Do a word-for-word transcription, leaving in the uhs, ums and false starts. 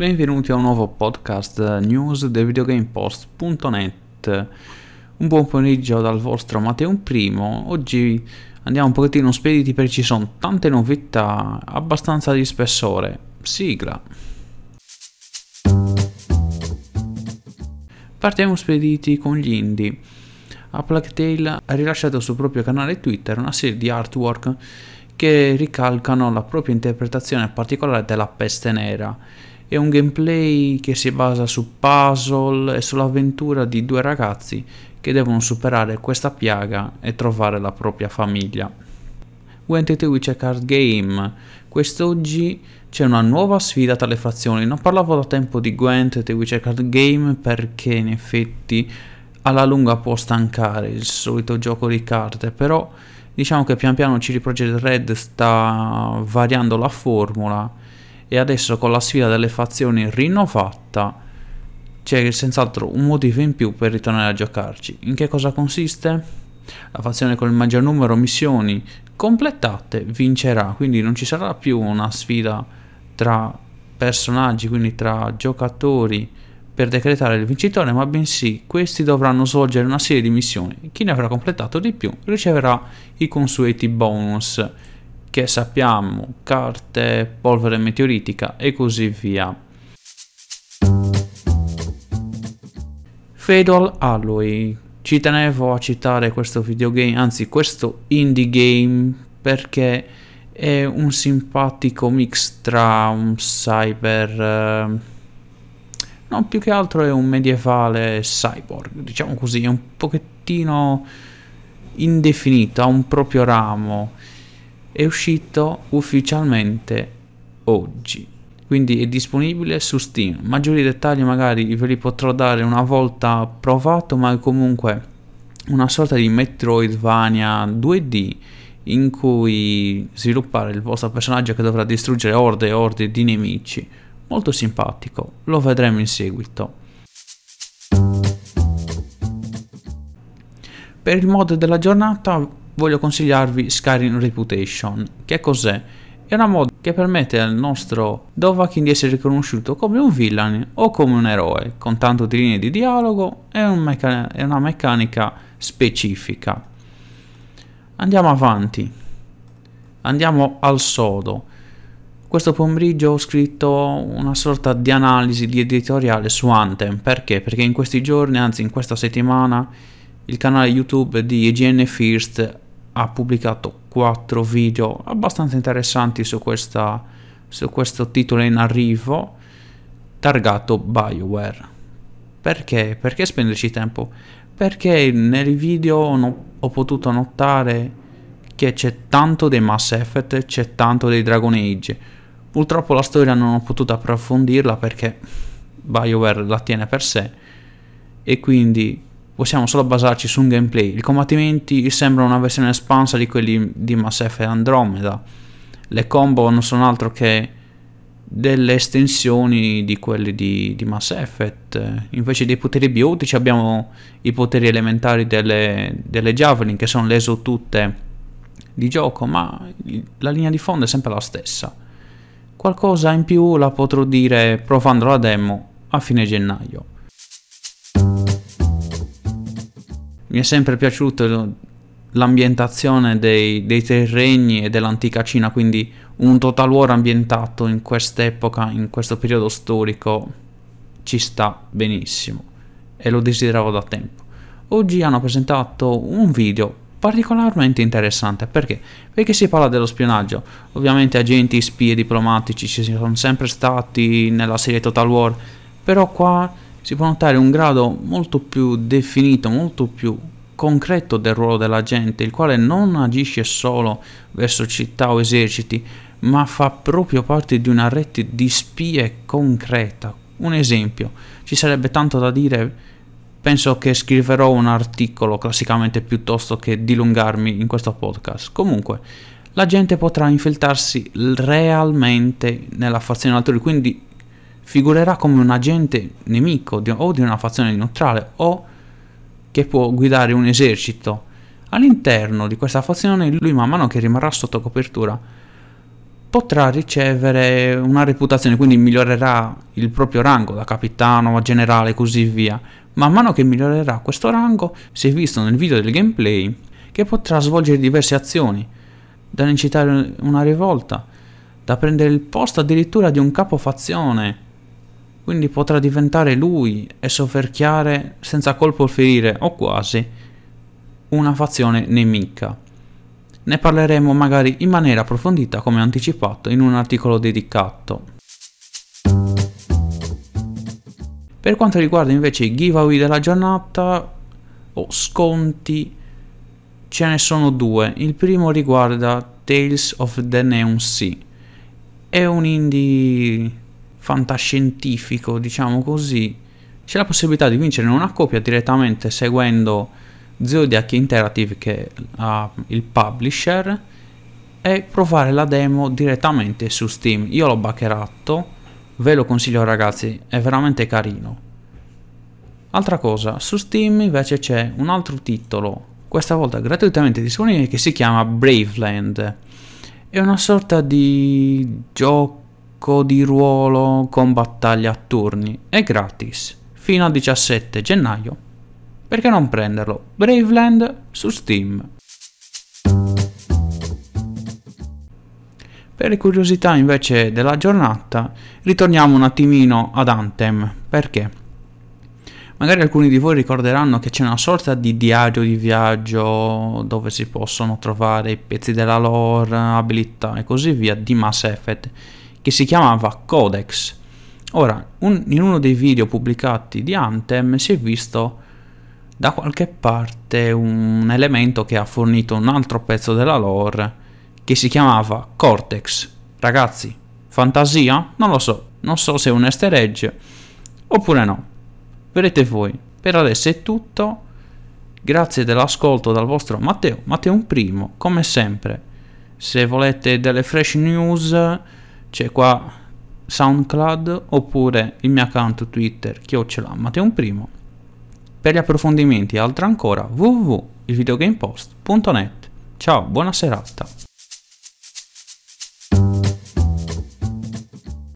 Benvenuti a un nuovo podcast news del videogamepost punto net. Un buon pomeriggio dal vostro Matteo Primo. Oggi andiamo un pochettino spediti perché ci sono tante novità abbastanza di spessore. Sigla. Partiamo spediti con gli indie. A Plague Tale ha rilasciato sul proprio canale Twitter una serie di artwork che ricalcano la propria interpretazione particolare della peste nera. È un gameplay che si basa su puzzle e sull'avventura di due ragazzi che devono superare questa piaga e trovare la propria famiglia. Gwent The Witcher Card Game. Quest'oggi c'è una nuova sfida tra le fazioni. Non parlavo da tempo di Gwent The Witcher Card Game perché in effetti alla lunga può stancare il solito gioco di carte, però diciamo che pian piano C D Projekt Red sta variando la formula e adesso con la sfida delle fazioni rinnovata c'è senz'altro un motivo in più per ritornare a giocarci. In che cosa consiste? La fazione con il maggior numero di missioni completate vincerà, quindi non ci sarà più una sfida tra personaggi, quindi tra giocatori, per decretare il vincitore, ma bensì questi dovranno svolgere una serie di missioni. Chi ne avrà completato di più riceverà i consueti bonus, che sappiamo, carte, polvere meteoritica e così via. Fatal Alloy. Ci tenevo a citare questo videogame, anzi questo indie game, perché è un simpatico mix tra un cyber... Eh, no, più che altro è un medievale cyborg, diciamo così, è un pochettino indefinito, ha un proprio ramo. È uscito ufficialmente oggi, quindi è disponibile su Steam. Maggiori dettagli magari ve li potrò dare una volta provato, ma è comunque una sorta di Metroidvania due D in cui sviluppare il vostro personaggio che dovrà distruggere orde e orde di nemici. Molto simpatico, lo vedremo in seguito. Per il mod della giornata voglio consigliarvi Skyrim Reputation. Che cos'è? È una mod che permette al nostro Dovahkiin di essere riconosciuto come un villain o come un eroe, con tanto di linee di dialogo e un meccan- una meccanica specifica. Andiamo avanti. Andiamo al sodo. Questo pomeriggio ho scritto una sorta di analisi di editoriale su Anthem. Perché? Perché in questi giorni, anzi in questa settimana, il canale YouTube di I G N First ha pubblicato quattro video abbastanza interessanti su, questa, su questo titolo in arrivo targato BioWare. Perché? Perché spenderci tempo? Perché nei video no, ho potuto notare che c'è tanto dei Mass Effect, c'è tanto dei Dragon Age. Purtroppo la storia non ho potuto approfondirla perché BioWare la tiene per sé e quindi possiamo solo basarci su un gameplay. I combattimenti sembrano una versione espansa di quelli di Mass Effect Andromeda. Le combo non sono altro che delle estensioni di quelli di, di Mass Effect. Invece dei poteri biotici abbiamo i poteri elementari delle, delle Javelin, che sono le esotutte di gioco, ma la linea di fondo è sempre la stessa. Qualcosa in più la potrò dire provando la demo a fine gennaio. Mi è sempre piaciuto l'ambientazione dei, dei terreni e dell'antica Cina, quindi un Total War ambientato in quest'epoca, in questo periodo storico, ci sta benissimo e lo desideravo da tempo. Oggi hanno presentato un video particolarmente interessante. Perché? Perché si parla dello spionaggio. Ovviamente agenti, spie, diplomatici ci sono sempre stati nella serie Total War, però qua si può notare un grado molto più definito, molto più concreto del ruolo dell'agente, il quale non agisce solo verso città o eserciti, ma fa proprio parte di una rete di spie concreta. Un esempio, ci sarebbe tanto da dire. Penso che scriverò un articolo classicamente piuttosto che dilungarmi in questo podcast. Comunque, la gente potrà infiltrarsi realmente nella fazione altrui, quindi figurerà come un agente nemico di, o di una fazione neutrale o che può guidare un esercito. All'interno di questa fazione lui, man mano che rimarrà sotto copertura, potrà ricevere una reputazione, quindi migliorerà il proprio rango da capitano a generale e così via. Man mano che migliorerà questo rango, si è visto nel video del gameplay che potrà svolgere diverse azioni, da incitare una rivolta, da prendere il posto addirittura di un capofazione, quindi potrà diventare lui e soverchiare senza colpo ferire o quasi una fazione nemica. Ne parleremo magari in maniera approfondita come anticipato in un articolo dedicato. Per quanto riguarda invece i giveaway della giornata o sconti, ce ne sono due. Il primo riguarda Tales of the Neon Sea. È un indie fantascientifico, diciamo così. C'è la possibilità di vincere una copia direttamente seguendo Zodiac Interactive, che ha il publisher, e provare la demo direttamente su Steam. Io l'ho backerato, ve lo consiglio ragazzi, è veramente carino. Altra cosa, su Steam invece c'è un altro titolo, questa volta gratuitamente disponibile, che si chiama Braveland. È una sorta di gioco di ruolo con battaglia a turni, è gratis fino al diciassette gennaio. Perché non prenderlo? Braveland su Steam. Per le curiosità invece della giornata, ritorniamo un attimino ad Anthem. Perché? Magari alcuni di voi ricorderanno che c'è una sorta di diario di viaggio dove si possono trovare i pezzi della lore, abilità e così via di Mass Effect, che si chiamava Codex. Ora, un, in uno dei video pubblicati di Anthem si è visto da qualche parte un elemento che ha fornito un altro pezzo della lore che si chiamava Cortex. Ragazzi, fantasia? Non lo so, non so se è un easter egg oppure no, vedete voi. Per adesso è tutto, grazie dell'ascolto dal vostro Matteo, Matteo un primo, come sempre. Se volete delle fresh news c'è qua SoundCloud oppure il mio account Twitter chiocciola Matteo un primo. Per gli approfondimenti e altro ancora w w w punto il videogamepost punto net. Ciao, buona serata.